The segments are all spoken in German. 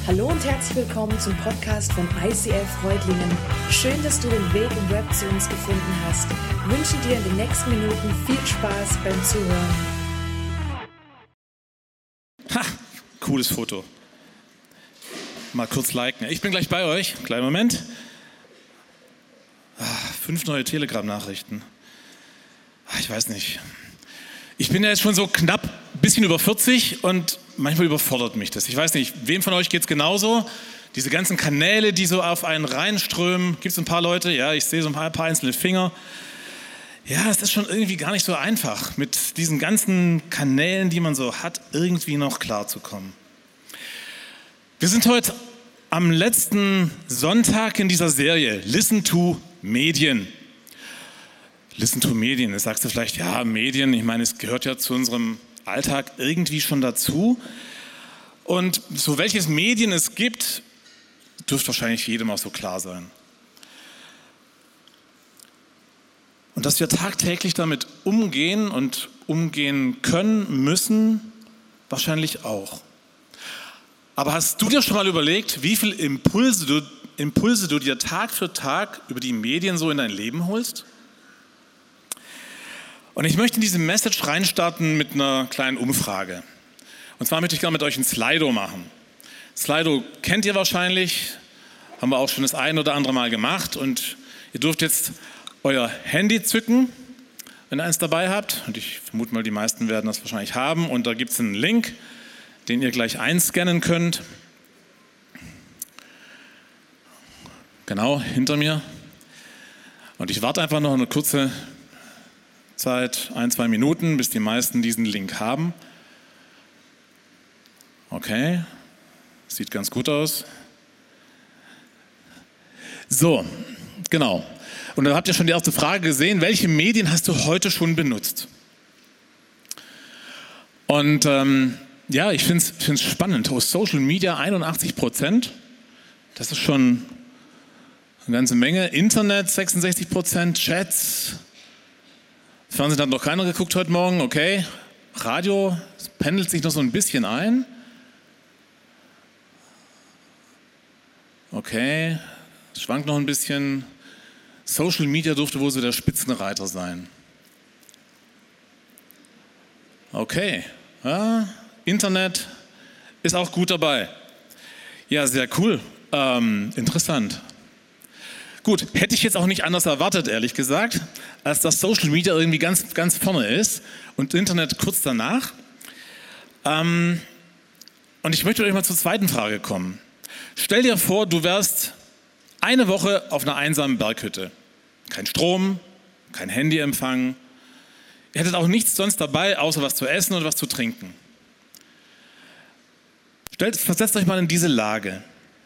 Hallo und herzlich willkommen zum Podcast von ICF Reutlingen. Schön, dass du den Weg im Web zu uns gefunden hast. Ich wünsche dir in den nächsten Minuten viel Spaß beim Zuhören. Cooles Foto. Mal kurz liken. Ich bin gleich bei euch. Kleinen Moment. 5 neue Telegram-Nachrichten. Ich weiß nicht. Ich bin ja jetzt schon so knapp ein bisschen über 40 und manchmal überfordert mich das. Ich weiß nicht, wem von euch geht es genauso? Diese ganzen Kanäle, die so auf einen reinströmen. Gibt es ein paar Leute? Ja, ich sehe so ein paar einzelne Finger. Ja, es ist schon irgendwie gar nicht so einfach, mit diesen ganzen Kanälen, die man so hat, irgendwie noch klarzukommen. Wir sind heute am letzten Sonntag in dieser Serie Listen to Medien. Listen to Medien, das sagst du vielleicht, ja, Medien, ich meine, es gehört ja zu unserem Alltag irgendwie schon dazu. Und so welches Medien es gibt, dürfte wahrscheinlich jedem auch so klar sein. Und dass wir tagtäglich damit umgehen und umgehen können, müssen, wahrscheinlich auch. Aber hast du dir schon mal überlegt, wie viele Impulse du dir Tag für Tag über die Medien so in dein Leben holst? Und ich möchte in diese Message reinstarten mit einer kleinen Umfrage. Und zwar möchte ich gerne mit euch ein Slido machen. Slido kennt ihr wahrscheinlich, haben wir auch schon das ein oder andere Mal gemacht. Und ihr dürft jetzt euer Handy zücken, wenn ihr eins dabei habt. Und ich vermute mal, die meisten werden das wahrscheinlich haben. Und da gibt es einen Link, den ihr gleich einscannen könnt. Genau, hinter mir. Und ich warte einfach noch eine kurze Zeit, 1-2 Minuten, bis die meisten diesen Link haben. Okay, sieht ganz gut aus. So, genau. Und da habt ihr schon die erste Frage gesehen, welche Medien hast du heute schon benutzt? Und ja, ich finde es spannend. Social Media 81%, das ist schon eine ganze Menge. Internet 66%, Chats. Fernsehen hat noch keiner geguckt heute Morgen, okay. Radio pendelt sich noch so ein bisschen ein. Okay, es schwankt noch ein bisschen. Social Media dürfte wohl so der Spitzenreiter sein. Okay, ja, Internet ist auch gut dabei. Ja, sehr cool, interessant. Gut, hätte ich jetzt auch nicht anders erwartet, ehrlich gesagt, als dass Social Media irgendwie ganz, ganz vorne ist und Internet kurz danach. Und ich möchte mit euch mal zur zweiten Frage kommen. Stell dir vor, du wärst eine Woche auf einer einsamen Berghütte. Kein Strom, kein Handyempfang. Ihr hättet auch nichts sonst dabei, außer was zu essen und was zu trinken. Versetzt euch mal in diese Lage.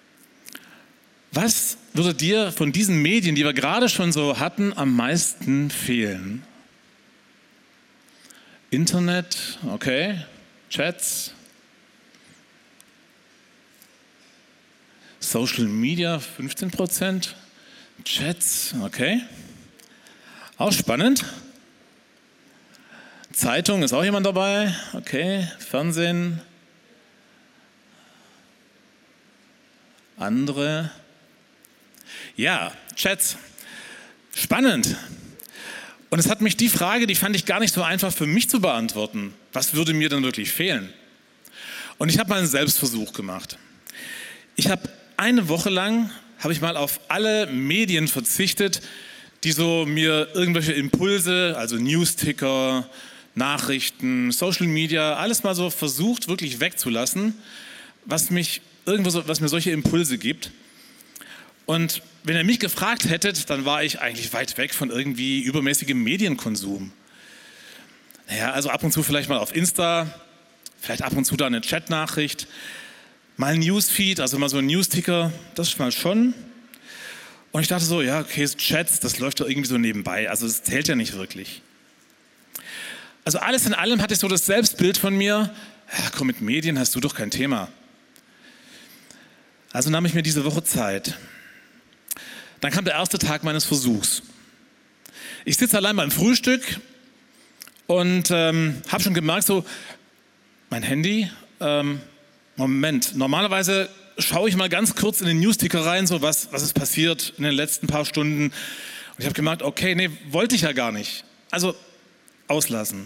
Was würde dir von diesen Medien, die wir gerade schon so hatten, am meisten fehlen? Internet, okay. Chats. Social Media, 15%. Chats, okay. Auch spannend. Zeitung, ist auch jemand dabei? Okay. Fernsehen. Andere. Ja, Chats. Spannend. Und es hat mich die Frage, die fand ich gar nicht so einfach für mich zu beantworten. Was würde mir denn wirklich fehlen? Und ich habe mal einen Selbstversuch gemacht. Ich habe eine Woche lang, mal auf alle Medien verzichtet, die so mir irgendwelche Impulse, also Newsticker, Nachrichten, Social Media, alles mal so versucht, wirklich wegzulassen, was mir solche Impulse gibt. Und wenn ihr mich gefragt hättet, dann war ich eigentlich weit weg von irgendwie übermäßigem Medienkonsum. Naja, also ab und zu vielleicht mal auf Insta, vielleicht ab und zu da eine Chatnachricht, mal ein Newsfeed, also mal so ein Newsticker, das mal schon. Und ich dachte so, ja, okay, Chats, das läuft doch irgendwie so nebenbei, also das zählt ja nicht wirklich. Also alles in allem hatte ich so das Selbstbild von mir, ja, komm, mit Medien hast du doch kein Thema. Also nahm ich mir diese Woche Zeit. Dann kam der erste Tag meines Versuchs. Ich sitze allein beim Frühstück und habe schon gemerkt, so mein Handy, Moment, normalerweise schaue ich mal ganz kurz in den Newsticker rein, so was ist passiert in den letzten paar Stunden. Und ich habe gemerkt, okay, nee, wollte ich ja gar nicht. Also auslassen.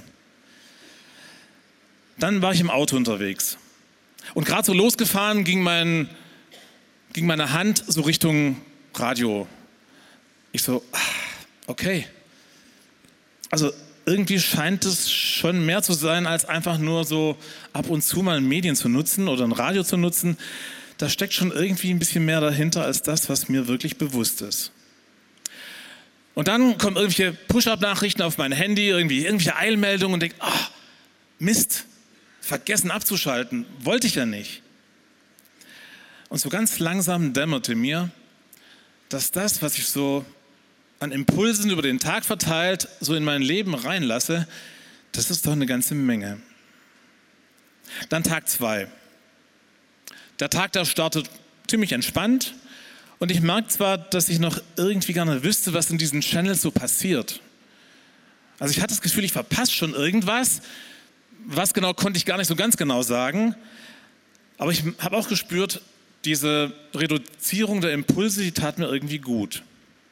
Dann war ich im Auto unterwegs. Und gerade so losgefahren ging meine Hand so Richtung Radio. Ich so, okay. Also irgendwie scheint es schon mehr zu sein, als einfach nur so ab und zu mal Medien zu nutzen oder ein Radio zu nutzen. Da steckt schon irgendwie ein bisschen mehr dahinter, als das, was mir wirklich bewusst ist. Und dann kommen irgendwelche Push-Up-Nachrichten auf mein Handy, irgendwelche Eilmeldungen und denke, Mist, vergessen abzuschalten, wollte ich ja nicht. Und so ganz langsam dämmerte mir, dass das, was ich so an Impulsen über den Tag verteilt, so in mein Leben reinlasse, das ist doch eine ganze Menge. Dann Tag 2. Der Tag, der startet ziemlich entspannt und ich merke zwar, dass ich noch irgendwie gerne wüsste, was in diesen Channels so passiert. Also ich hatte das Gefühl, ich verpasse schon irgendwas. Was genau, konnte ich gar nicht so ganz genau sagen. Aber ich habe auch gespürt, diese Reduzierung der Impulse, die tat mir irgendwie gut.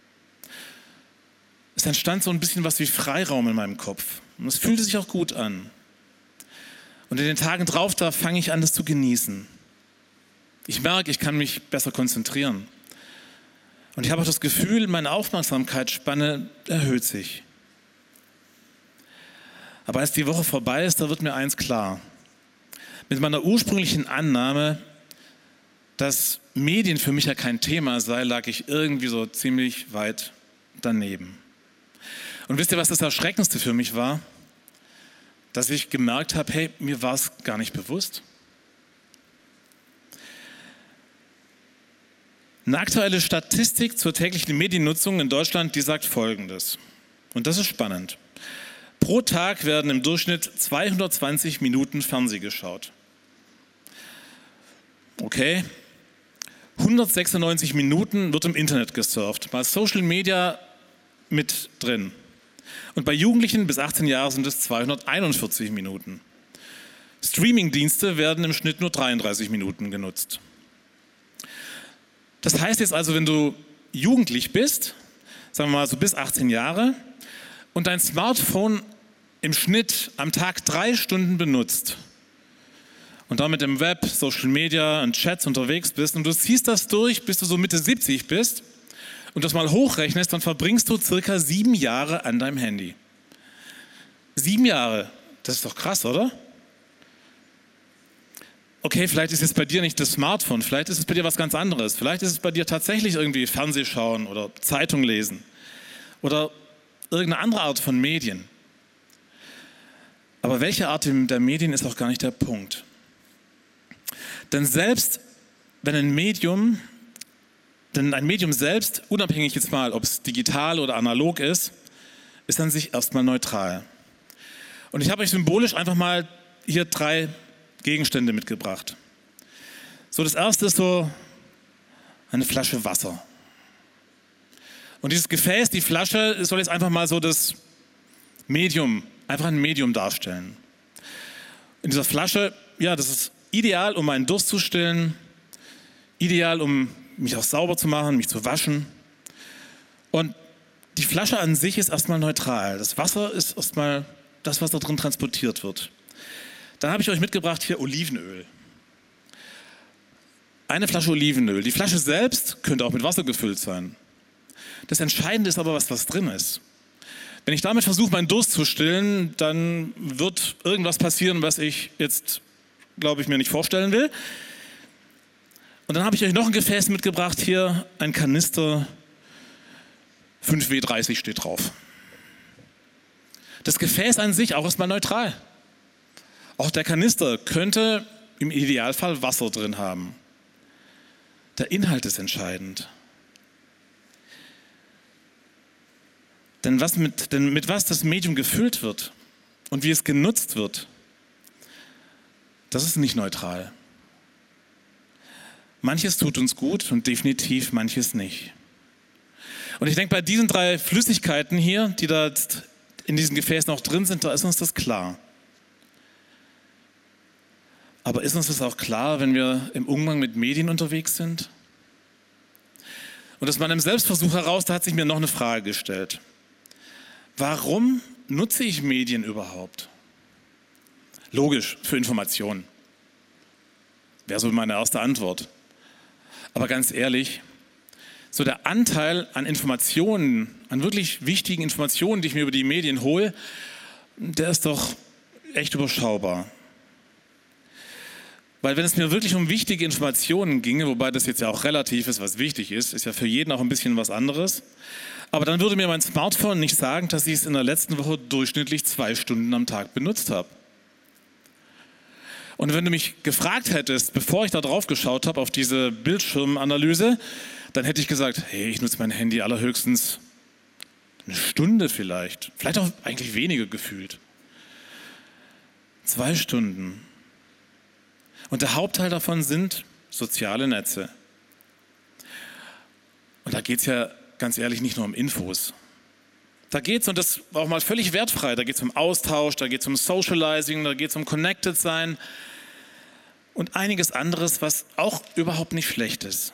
Es entstand so ein bisschen was wie Freiraum in meinem Kopf. Und es fühlte sich auch gut an. Und in den Tagen drauf, da fange ich an, das zu genießen. Ich merke, ich kann mich besser konzentrieren. Und ich habe auch das Gefühl, meine Aufmerksamkeitsspanne erhöht sich. Aber als die Woche vorbei ist, da wird mir eins klar. Mit meiner ursprünglichen Annahme, dass Medien für mich ja kein Thema sei, lag ich irgendwie so ziemlich weit daneben. Und wisst ihr, was das Erschreckendste für mich war? Dass ich gemerkt habe, hey, mir war es gar nicht bewusst. Eine aktuelle Statistik zur täglichen Mediennutzung in Deutschland, die sagt Folgendes. Und das ist spannend. Pro Tag werden im Durchschnitt 220 Minuten Fernsehen geschaut. Okay. 196 Minuten wird im Internet gesurft. Mal Social Media mit drin. Und bei Jugendlichen bis 18 Jahre sind es 241 Minuten. Streamingdienste werden im Schnitt nur 33 Minuten genutzt. Das heißt jetzt also, wenn du jugendlich bist, sagen wir mal so bis 18 Jahre, und dein Smartphone im Schnitt am Tag 3 Stunden benutzt und damit im Web, Social Media und Chats unterwegs bist und du ziehst das durch, bis du so Mitte 70 bist und das mal hochrechnest, dann verbringst du circa 7 Jahre an deinem Handy. 7 Jahre, das ist doch krass, oder? Okay, vielleicht ist es bei dir nicht das Smartphone, vielleicht ist es bei dir was ganz anderes. Vielleicht ist es bei dir tatsächlich irgendwie Fernsehschauen oder Zeitung lesen oder irgendeine andere Art von Medien. Aber welche Art der Medien ist auch gar nicht der Punkt. Denn selbst wenn ein Medium selbst, unabhängig jetzt mal, ob es digital oder analog ist an sich erstmal neutral. Und ich habe euch symbolisch einfach mal hier 3 Gegenstände mitgebracht. So, das erste ist so eine Flasche Wasser. Und dieses Gefäß, die Flasche, soll jetzt einfach mal so das Medium, einfach ein Medium darstellen. In dieser Flasche, ja, das ist ideal, um meinen Durst zu stillen, ideal, um mich auch sauber zu machen, mich zu waschen. Und die Flasche an sich ist erstmal neutral. Das Wasser ist erstmal das, was da drin transportiert wird. Dann habe ich euch mitgebracht hier Olivenöl. Eine Flasche Olivenöl. Die Flasche selbst könnte auch mit Wasser gefüllt sein. Das Entscheidende ist aber, was drin ist. Wenn ich damit versuche, meinen Durst zu stillen, dann wird irgendwas passieren, was ich jetzt, glaube ich, mir nicht vorstellen will. Und dann habe ich euch noch ein Gefäß mitgebracht, hier ein Kanister, 5W30 steht drauf. Das Gefäß an sich auch erstmal neutral. Auch der Kanister könnte im Idealfall Wasser drin haben. Der Inhalt ist entscheidend. Denn mit was das Medium gefüllt wird und wie es genutzt wird, das ist nicht neutral. Manches tut uns gut und definitiv manches nicht. Und ich denke, bei diesen 3 Flüssigkeiten hier, die da jetzt in diesem Gefäß noch drin sind, da ist uns das klar. Aber ist uns das auch klar, wenn wir im Umgang mit Medien unterwegs sind? Und aus meinem Selbstversuch heraus, da hat sich mir noch eine Frage gestellt. Warum nutze ich Medien überhaupt? Logisch, für Informationen. Wäre so meine erste Antwort. Aber ganz ehrlich, so der Anteil an Informationen, an wirklich wichtigen Informationen, die ich mir über die Medien hole, der ist doch echt überschaubar. Weil wenn es mir wirklich um wichtige Informationen ginge, wobei das jetzt ja auch relativ ist, was wichtig ist ja für jeden auch ein bisschen was anderes, aber dann würde mir mein Smartphone nicht sagen, dass ich es in der letzten Woche durchschnittlich 2 Stunden am Tag benutzt habe. Und wenn du mich gefragt hättest, bevor ich da drauf geschaut habe, auf diese Bildschirmanalyse, dann hätte ich gesagt, hey, ich nutze mein Handy allerhöchstens 1 Stunde vielleicht auch eigentlich weniger gefühlt. 2 Stunden. Und der Hauptteil davon sind soziale Netze. Und da geht es ja ganz ehrlich nicht nur um Infos. Da geht es, und das auch mal völlig wertfrei, da geht es um Austausch, da geht es um Socializing, da geht es um Connected sein und einiges anderes, was auch überhaupt nicht schlecht ist.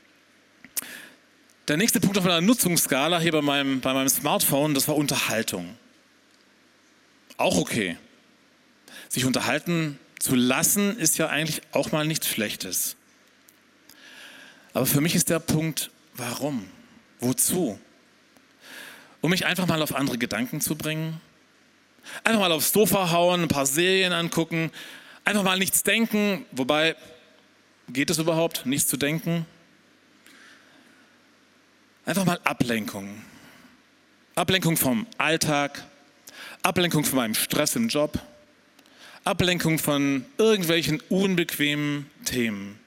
Der nächste Punkt auf meiner Nutzungsskala hier bei meinem Smartphone, das war Unterhaltung. Auch okay. Sich unterhalten zu lassen, ist ja eigentlich auch mal nichts Schlechtes. Aber für mich ist der Punkt, warum? Wozu? Um mich einfach mal auf andere Gedanken zu bringen? Einfach mal aufs Sofa hauen, ein paar Serien angucken, einfach mal nichts denken, wobei, geht es überhaupt, nichts zu denken? Einfach mal Ablenkung. Ablenkung vom Alltag, Ablenkung von meinem Stress im Job, Ablenkung von irgendwelchen unbequemen Themen.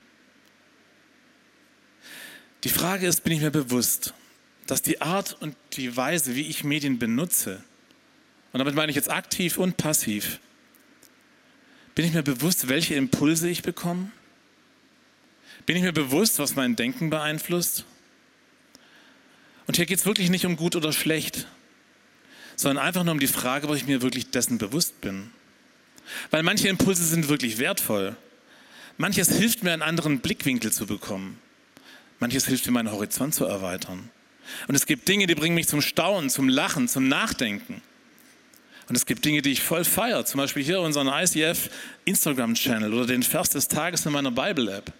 Die Frage ist, bin ich mir bewusst, dass die Art und die Weise, wie ich Medien benutze, und damit meine ich jetzt aktiv und passiv, bin ich mir bewusst, welche Impulse ich bekomme? Bin ich mir bewusst, was mein Denken beeinflusst? Und hier geht es wirklich nicht um gut oder schlecht, sondern einfach nur um die Frage, ob ich mir wirklich dessen bewusst bin. Weil manche Impulse sind wirklich wertvoll. Manches hilft mir, einen anderen Blickwinkel zu bekommen. Manches hilft mir, meinen Horizont zu erweitern. Und es gibt Dinge, die bringen mich zum Staunen, zum Lachen, zum Nachdenken. Und es gibt Dinge, die ich voll feiere. Zum Beispiel hier unseren ICF Instagram-Channel oder den Vers des Tages in meiner Bible-App.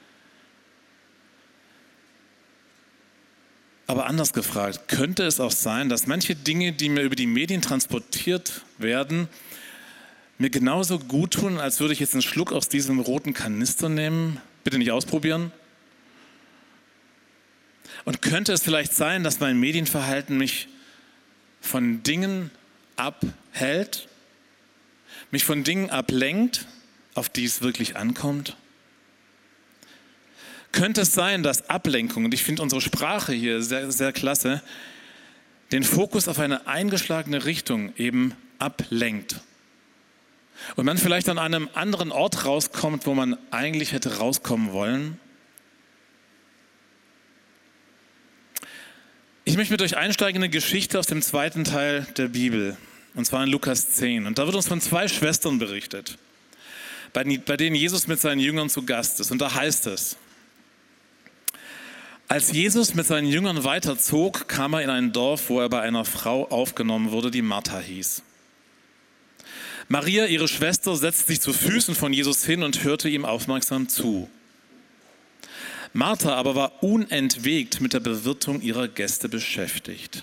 Aber anders gefragt, könnte es auch sein, dass manche Dinge, die mir über die Medien transportiert werden, mir genauso gut tun, als würde ich jetzt einen Schluck aus diesem roten Kanister nehmen? Bitte nicht ausprobieren. Und könnte es vielleicht sein, dass mein Medienverhalten mich von Dingen abhält, mich von Dingen ablenkt, auf die es wirklich ankommt? Könnte es sein, dass Ablenkung, und ich finde unsere Sprache hier sehr, sehr klasse, den Fokus auf eine eingeschlagene Richtung eben ablenkt? Und man vielleicht an einem anderen Ort rauskommt, wo man eigentlich hätte rauskommen wollen? Ich möchte mit euch einsteigen in eine Geschichte aus dem 2. Teil der Bibel, und zwar in Lukas 10. Und da wird uns von 2 Schwestern berichtet, bei denen Jesus mit seinen Jüngern zu Gast ist. Und da heißt es: Als Jesus mit seinen Jüngern weiterzog, kam er in ein Dorf, wo er bei einer Frau aufgenommen wurde, die Martha hieß. Maria, ihre Schwester, setzte sich zu Füßen von Jesus hin und hörte ihm aufmerksam zu. Martha aber war unentwegt mit der Bewirtung ihrer Gäste beschäftigt.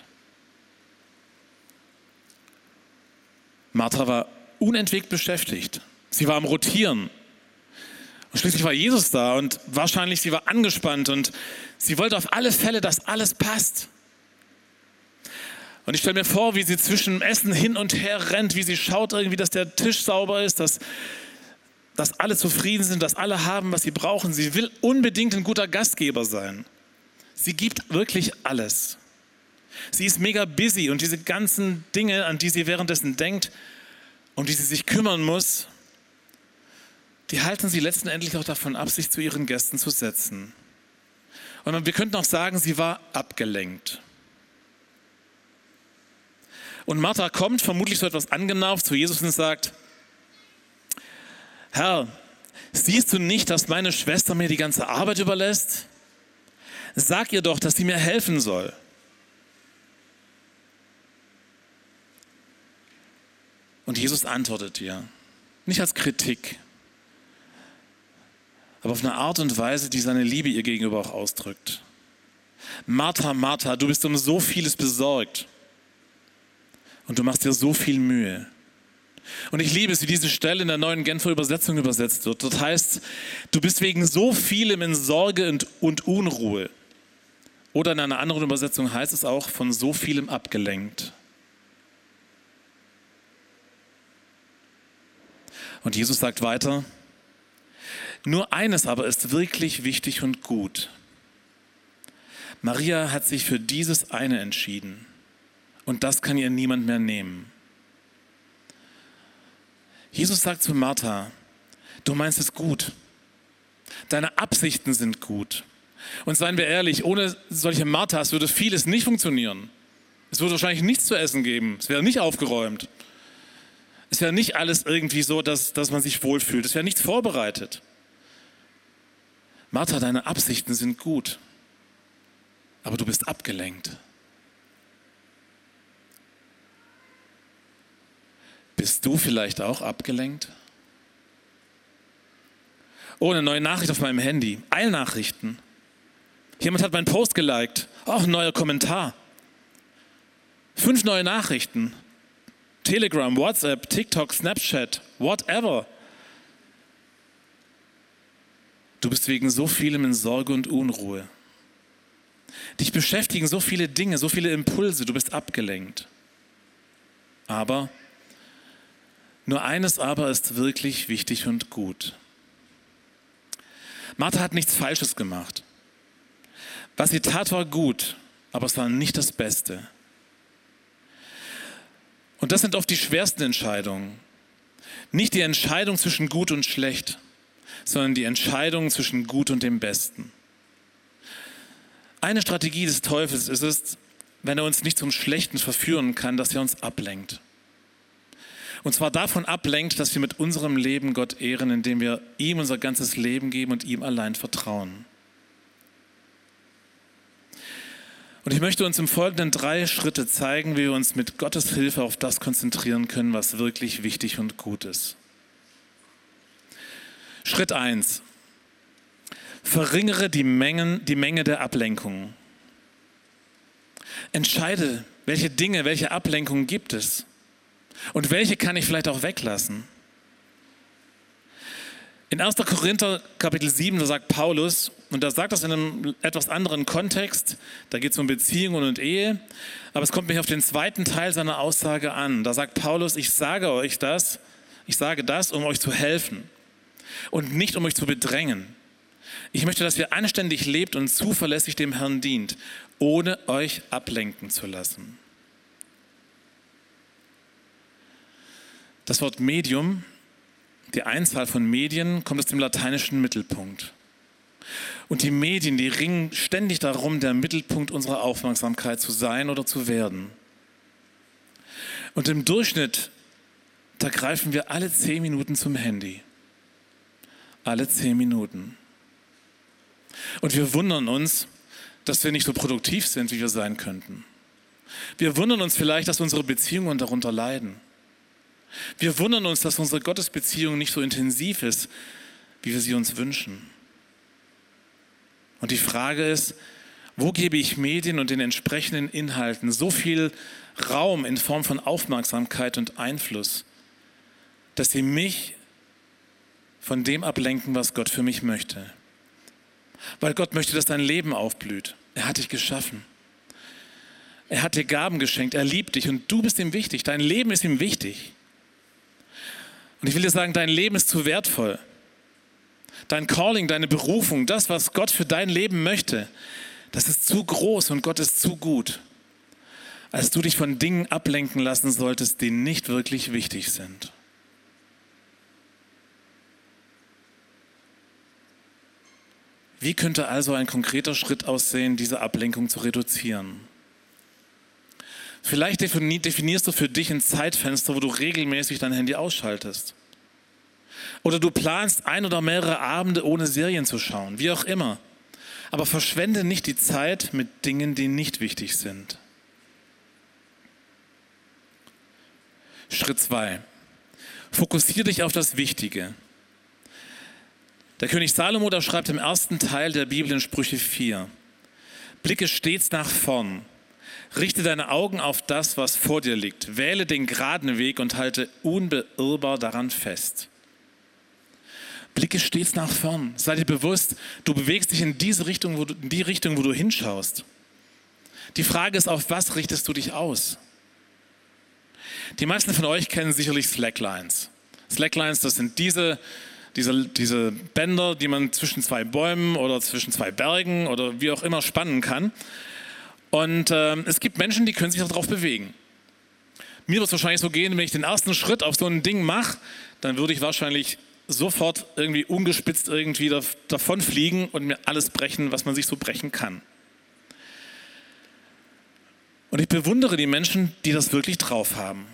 Martha war unentwegt beschäftigt. Sie war am Rotieren. Und schließlich war Jesus da und wahrscheinlich sie war angespannt und sie wollte auf alle Fälle, dass alles passt. Und ich stelle mir vor, wie sie zwischen dem Essen hin und her rennt, wie sie schaut irgendwie, dass der Tisch sauber ist, dass alle zufrieden sind, dass alle haben, was sie brauchen. Sie will unbedingt ein guter Gastgeber sein. Sie gibt wirklich alles. Sie ist mega busy und diese ganzen Dinge, an die sie währenddessen denkt, um die sie sich kümmern muss, die halten sie letztendlich auch davon ab, sich zu ihren Gästen zu setzen. Und wir könnten auch sagen, sie war abgelenkt. Und Martha kommt vermutlich so etwas angenauft zu Jesus und sagt: Herr, Siehst du nicht, dass meine Schwester mir die ganze Arbeit überlässt? Sag ihr doch, dass sie mir helfen soll. Und Jesus antwortet ihr, nicht als Kritik, aber auf eine Art und Weise, die seine Liebe ihr gegenüber auch ausdrückt. Martha, Martha, du bist um so vieles besorgt und du machst dir so viel Mühe. Und ich liebe es, wie diese Stelle in der neuen Genfer Übersetzung übersetzt wird. Dort heißt, du bist wegen so vielem in Sorge und Unruhe. Oder in einer anderen Übersetzung heißt es auch, von so vielem abgelenkt. Und Jesus sagt weiter, nur eines aber ist wirklich wichtig und gut. Maria hat sich für dieses eine entschieden und das kann ihr niemand mehr nehmen. Jesus sagt zu Martha, du meinst es gut, deine Absichten sind gut. Und seien wir ehrlich, ohne solche Marthas würde vieles nicht funktionieren. Es würde wahrscheinlich nichts zu essen geben, es wäre nicht aufgeräumt. Es wäre nicht alles irgendwie so, dass man sich wohlfühlt. Es wäre nichts vorbereitet. Martha, deine Absichten sind gut, aber du bist abgelenkt. Bist du vielleicht auch abgelenkt? Oh, eine neue Nachricht auf meinem Handy. Eilnachrichten. Jemand hat meinen Post geliked. Oh, ein neuer Kommentar. 5 neue Nachrichten. Telegram, WhatsApp, TikTok, Snapchat, whatever. Du bist wegen so vielem in Sorge und Unruhe. Dich beschäftigen so viele Dinge, so viele Impulse, du bist abgelenkt. Aber, nur eines aber ist wirklich wichtig und gut. Martha hat nichts Falsches gemacht. Was sie tat, war gut, aber es war nicht das Beste. Und das sind oft die schwersten Entscheidungen. Nicht die Entscheidung zwischen gut und schlecht, sondern die Entscheidung zwischen gut und dem Besten. Eine Strategie des Teufels ist es, wenn er uns nicht zum Schlechten verführen kann, dass er uns ablenkt. Und zwar davon ablenkt, dass wir mit unserem Leben Gott ehren, indem wir ihm unser ganzes Leben geben und ihm allein vertrauen. Und ich möchte uns im Folgenden 3 Schritte zeigen, wie wir uns mit Gottes Hilfe auf das konzentrieren können, was wirklich wichtig und gut ist. Schritt 1. Verringere die Menge der Ablenkungen. Entscheide, welche Dinge, welche Ablenkungen gibt es und welche kann ich vielleicht auch weglassen. In 1. Korinther Kapitel 7, da sagt Paulus, und er sagt das in einem etwas anderen Kontext, da geht es um Beziehungen und Ehe, aber es kommt mich auf den zweiten Teil seiner Aussage an. Da sagt Paulus, ich sage das, um euch zu helfen und nicht um euch zu bedrängen. Ich möchte, dass ihr anständig lebt und zuverlässig dem Herrn dient, ohne euch ablenken zu lassen. Das Wort Medium, die Einzahl von Medien, kommt aus dem lateinischen Mittelpunkt. Und die Medien, die ringen ständig darum, der Mittelpunkt unserer Aufmerksamkeit zu sein oder zu werden. Und im Durchschnitt, da greifen wir alle 10 Minuten zum Handy. Alle 10 Minuten. Und wir wundern uns, dass wir nicht so produktiv sind, wie wir sein könnten. Wir wundern uns vielleicht, dass unsere Beziehungen darunter leiden. Wir wundern uns, dass unsere Gottesbeziehung nicht so intensiv ist, wie wir sie uns wünschen. Und die Frage ist, wo gebe ich Medien und den entsprechenden Inhalten so viel Raum in Form von Aufmerksamkeit und Einfluss, dass sie mich von dem ablenken, was Gott für mich möchte. Weil Gott möchte, dass dein Leben aufblüht. Er hat dich geschaffen. Er hat dir Gaben geschenkt. Er liebt dich und du bist ihm wichtig. Dein Leben ist ihm wichtig. Und ich will dir sagen, dein Leben ist zu wertvoll. Dein Calling, deine Berufung, das, was Gott für dein Leben möchte, das ist zu groß und Gott ist zu gut, als du dich von Dingen ablenken lassen solltest, die nicht wirklich wichtig sind. Wie könnte also ein konkreter Schritt aussehen, diese Ablenkung zu reduzieren? Vielleicht definierst du für dich ein Zeitfenster, wo du regelmäßig dein Handy ausschaltest. Oder du planst ein oder mehrere Abende ohne Serien zu schauen, wie auch immer. Aber verschwende nicht die Zeit mit Dingen, die nicht wichtig sind. Schritt 2. Fokussiere dich auf das Wichtige. Der König Salomo, der schreibt im ersten Teil der Bibel in Sprüche 4. Blicke stets nach vorn. Richte deine Augen auf das, was vor dir liegt. Wähle den geraden Weg und halte unbeirrbar daran fest. Blicke stets nach vorn. Sei dir bewusst, du bewegst dich in die Richtung, wo du hinschaust. Die Frage ist, auf was richtest du dich aus? Die meisten von euch kennen sicherlich Slacklines. Slacklines, das sind diese Bänder, die man zwischen zwei Bäumen oder zwischen zwei Bergen oder wie auch immer spannen kann. Und es gibt Menschen, die können sich darauf bewegen. Mir wird es wahrscheinlich so gehen, wenn ich den ersten Schritt auf so ein Ding mache, dann würde ich wahrscheinlich sofort irgendwie ungespitzt irgendwie davon fliegen und mir alles brechen, was man sich so brechen kann. Und ich bewundere die Menschen, die das wirklich drauf haben.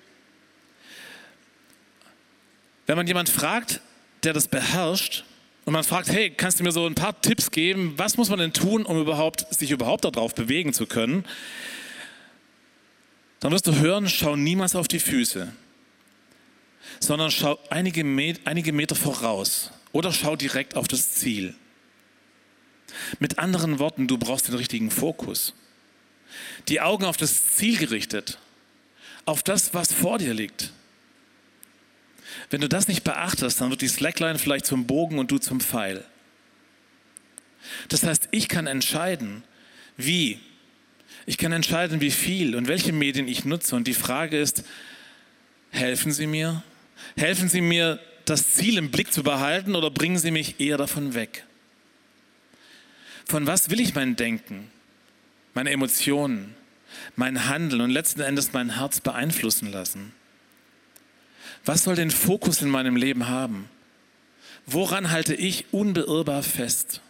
Wenn man jemanden fragt, der das beherrscht, und man fragt, hey, kannst du mir so ein paar Tipps geben, was muss man denn tun, um sich überhaupt darauf bewegen zu können, dann wirst du hören, schau niemals auf die Füße, sondern schau einige Meter voraus oder schau direkt auf das Ziel. Mit anderen Worten, du brauchst den richtigen Fokus. Die Augen auf das Ziel gerichtet, auf das, was vor dir liegt. Wenn du das nicht beachtest, dann wird die Slackline vielleicht zum Bogen und du zum Pfeil. Das heißt, ich kann entscheiden, wie. Ich kann entscheiden, wie viel und welche Medien ich nutze. Und die Frage ist, helfen sie mir? Helfen sie mir, das Ziel im Blick zu behalten oder bringen sie mich eher davon weg? Von was will ich mein Denken, meine Emotionen, mein Handeln und letzten Endes mein Herz beeinflussen lassen? Was soll den Fokus in meinem Leben haben? Woran halte ich unbeirrbar fest?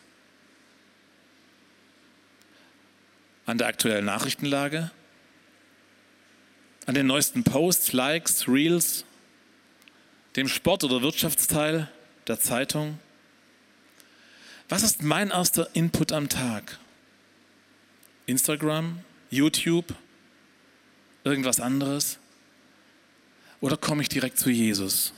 An der aktuellen Nachrichtenlage? An den neuesten Posts, Likes, Reels? Dem Sport- oder Wirtschaftsteil der Zeitung? Was ist mein erster Input am Tag? Instagram? YouTube? Irgendwas anderes? Oder komme ich direkt zu Jesus?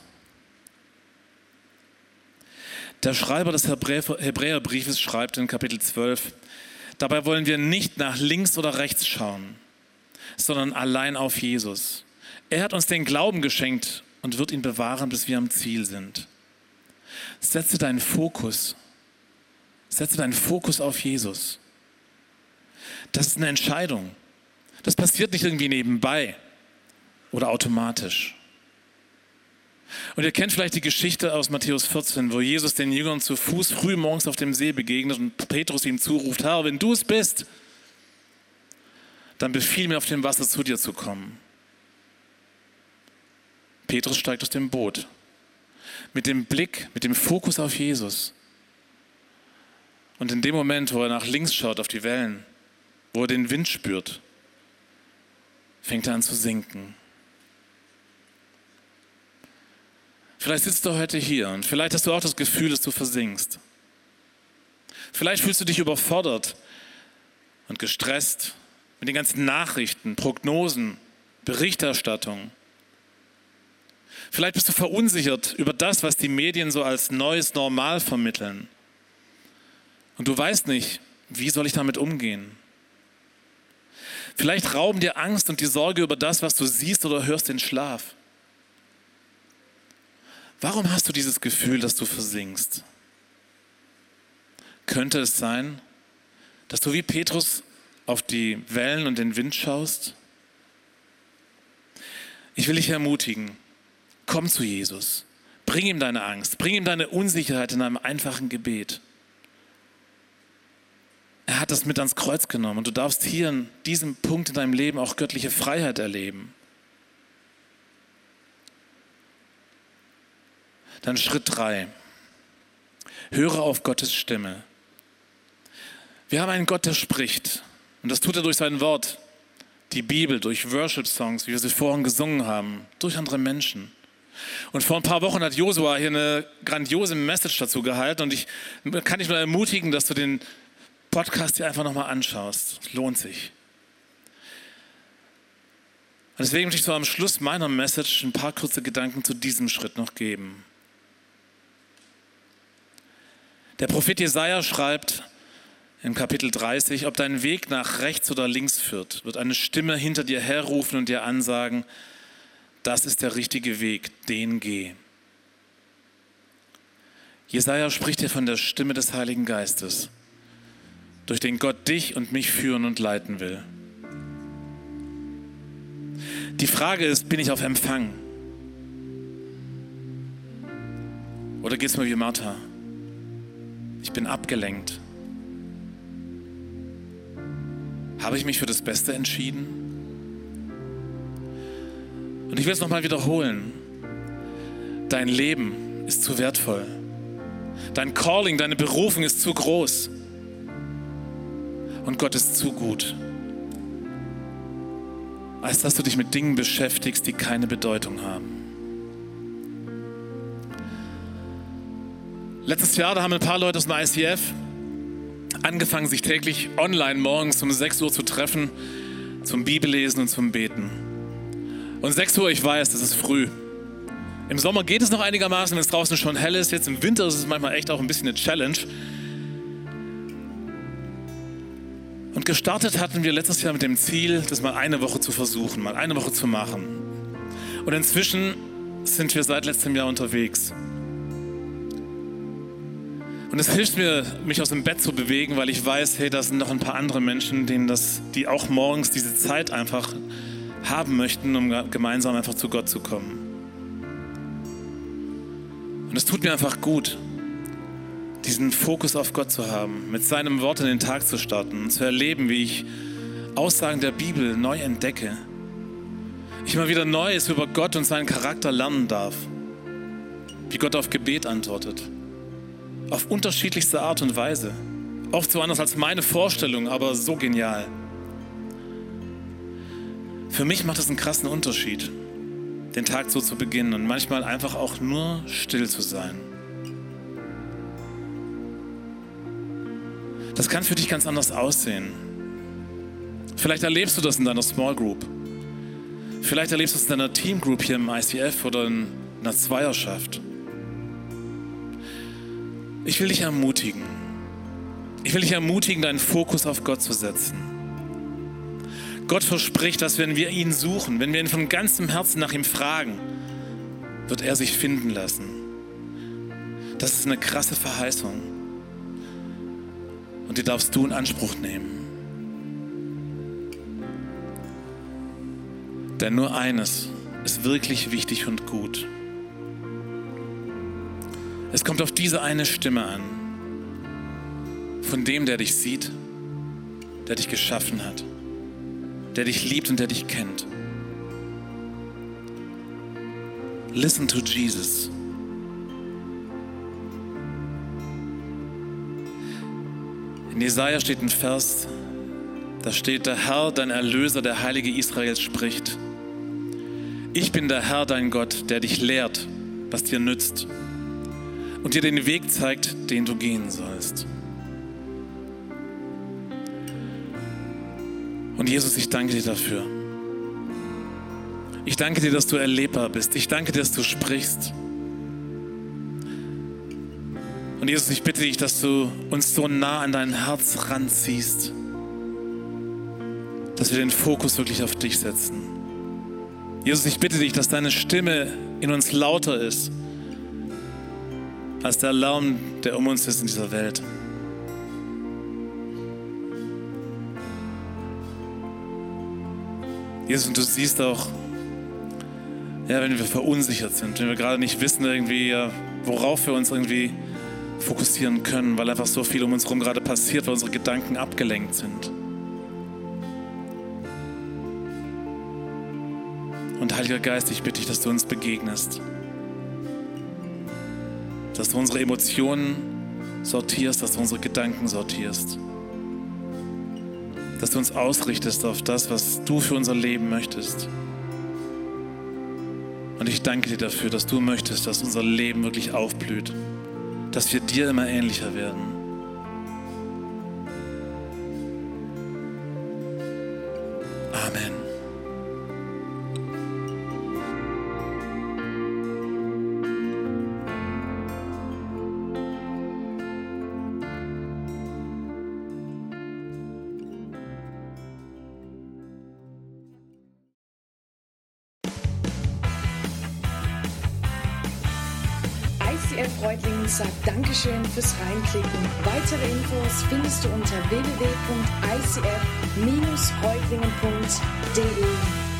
Der Schreiber des Hebräerbriefes schreibt in Kapitel 12, dabei wollen wir nicht nach links oder rechts schauen, sondern allein auf Jesus. Er hat uns den Glauben geschenkt und wird ihn bewahren, bis wir am Ziel sind. Setze deinen Fokus auf Jesus. Das ist eine Entscheidung. Das passiert nicht irgendwie nebenbei oder automatisch. Und ihr kennt vielleicht die Geschichte aus Matthäus 14, wo Jesus den Jüngern zu Fuß früh morgens auf dem See begegnet und Petrus ihm zuruft, Herr, wenn du es bist, dann befiehl mir auf dem Wasser zu dir zu kommen. Petrus steigt aus dem Boot mit dem Blick, mit dem Fokus auf Jesus. Und in dem Moment, wo er nach links schaut auf die Wellen, wo er den Wind spürt, fängt er an zu sinken. Vielleicht sitzt du heute hier und vielleicht hast du auch das Gefühl, dass du versinkst. Vielleicht fühlst du dich überfordert und gestresst mit den ganzen Nachrichten, Prognosen, Berichterstattung. Vielleicht bist du verunsichert über das, was die Medien so als neues Normal vermitteln. Und du weißt nicht, wie soll ich damit umgehen? Vielleicht rauben dir Angst und die Sorge über das, was du siehst oder hörst, den Schlaf. Warum hast du dieses Gefühl, dass du versinkst? Könnte es sein, dass du wie Petrus auf die Wellen und den Wind schaust? Ich will dich ermutigen, komm zu Jesus. Bring ihm deine Angst, bring ihm deine Unsicherheit in einem einfachen Gebet. Er hat das mit ans Kreuz genommen und du darfst hier in diesem Punkt in deinem Leben auch göttliche Freiheit erleben. Dann Schritt 3. Höre auf Gottes Stimme. Wir haben einen Gott, der spricht. Und das tut er durch sein Wort, die Bibel, durch Worship-Songs, wie wir sie vorhin gesungen haben, durch andere Menschen. Und vor ein paar Wochen hat Josua hier eine grandiose Message dazu gehalten und ich kann dich nur ermutigen, dass du den Podcast dir einfach nochmal anschaust. Es lohnt sich. Und deswegen möchte ich so am Schluss meiner Message ein paar kurze Gedanken zu diesem Schritt noch geben. Der Prophet Jesaja schreibt im Kapitel 30, ob dein Weg nach rechts oder links führt, wird eine Stimme hinter dir herrufen und dir ansagen, das ist der richtige Weg, den geh. Jesaja spricht hier von der Stimme des Heiligen Geistes, durch den Gott dich und mich führen und leiten will. Die Frage ist, bin ich auf Empfang? Oder geht es mir wie Martha? Ich bin abgelenkt. Habe ich mich für das Beste entschieden? Und ich will es nochmal wiederholen. Dein Leben ist zu wertvoll. Dein Calling, deine Berufung ist zu groß. Und Gott ist zu gut, als dass du dich mit Dingen beschäftigst, die keine Bedeutung haben. Letztes Jahr, da haben ein paar Leute aus dem ICF angefangen, sich täglich online morgens um 6 Uhr zu treffen, zum Bibellesen und zum Beten. Und 6 Uhr, ich weiß, das ist früh. Im Sommer geht es noch einigermaßen, wenn es draußen schon hell ist. Jetzt im Winter ist es manchmal echt auch ein bisschen eine Challenge. Und gestartet hatten wir letztes Jahr mit dem Ziel, das mal eine Woche zu versuchen, mal eine Woche zu machen. Und inzwischen sind wir seit letztem Jahr unterwegs. Und es hilft mir, mich aus dem Bett zu bewegen, weil ich weiß, hey, da sind noch ein paar andere Menschen, die auch morgens diese Zeit einfach haben möchten, um gemeinsam einfach zu Gott zu kommen. Und es tut mir einfach gut, diesen Fokus auf Gott zu haben, mit seinem Wort in den Tag zu starten und zu erleben, wie ich Aussagen der Bibel neu entdecke. Ich immer wieder Neues über Gott und seinen Charakter lernen darf. Wie Gott auf Gebet antwortet. Auf unterschiedlichste Art und Weise. Oft so anders als meine Vorstellung, aber so genial. Für mich macht es einen krassen Unterschied, den Tag so zu beginnen und manchmal einfach auch nur still zu sein. Das kann für dich ganz anders aussehen. Vielleicht erlebst du das in deiner Small Group. Vielleicht erlebst du es in deiner Team Group hier im ICF oder in einer Zweierschaft. Ich will dich ermutigen. Ich will dich ermutigen, deinen Fokus auf Gott zu setzen. Gott verspricht, dass wenn wir ihn suchen, wenn wir ihn von ganzem Herzen nach ihm fragen, wird er sich finden lassen. Das ist eine krasse Verheißung. Und die darfst du in Anspruch nehmen. Denn nur eines ist wirklich wichtig und gut. Es kommt auf diese eine Stimme an, von dem, der dich sieht, der dich geschaffen hat, der dich liebt und der dich kennt. Listen to Jesus. In Jesaja steht ein Vers, da steht, der Herr, dein Erlöser, der Heilige Israels spricht. Ich bin der Herr, dein Gott, der dich lehrt, was dir nützt und dir den Weg zeigt, den du gehen sollst. Und Jesus, ich danke dir dafür. Ich danke dir, dass du erlebbar bist. Ich danke dir, dass du sprichst. Und Jesus, ich bitte dich, dass du uns so nah an dein Herz ranziehst, dass wir den Fokus wirklich auf dich setzen. Jesus, ich bitte dich, dass deine Stimme in uns lauter ist als der Lärm, der um uns ist in dieser Welt. Jesus, und du siehst auch, ja, wenn wir verunsichert sind, wenn wir gerade nicht wissen irgendwie, worauf wir uns irgendwie fokussieren können, weil einfach so viel um uns herum gerade passiert, weil unsere Gedanken abgelenkt sind. Und Heiliger Geist, ich bitte dich, dass du uns begegnest. Dass du unsere Emotionen sortierst, dass du unsere Gedanken sortierst. Dass du uns ausrichtest auf das, was du für unser Leben möchtest. Und Und ich danke dir dafür, dass du möchtest, dass unser Leben wirklich aufblüht, dass wir dir immer ähnlicher werden. Amen. ICF Reutlingen sagt Dankeschön fürs Reinklicken. Weitere Infos findest du unter www.icf-reutlingen.de.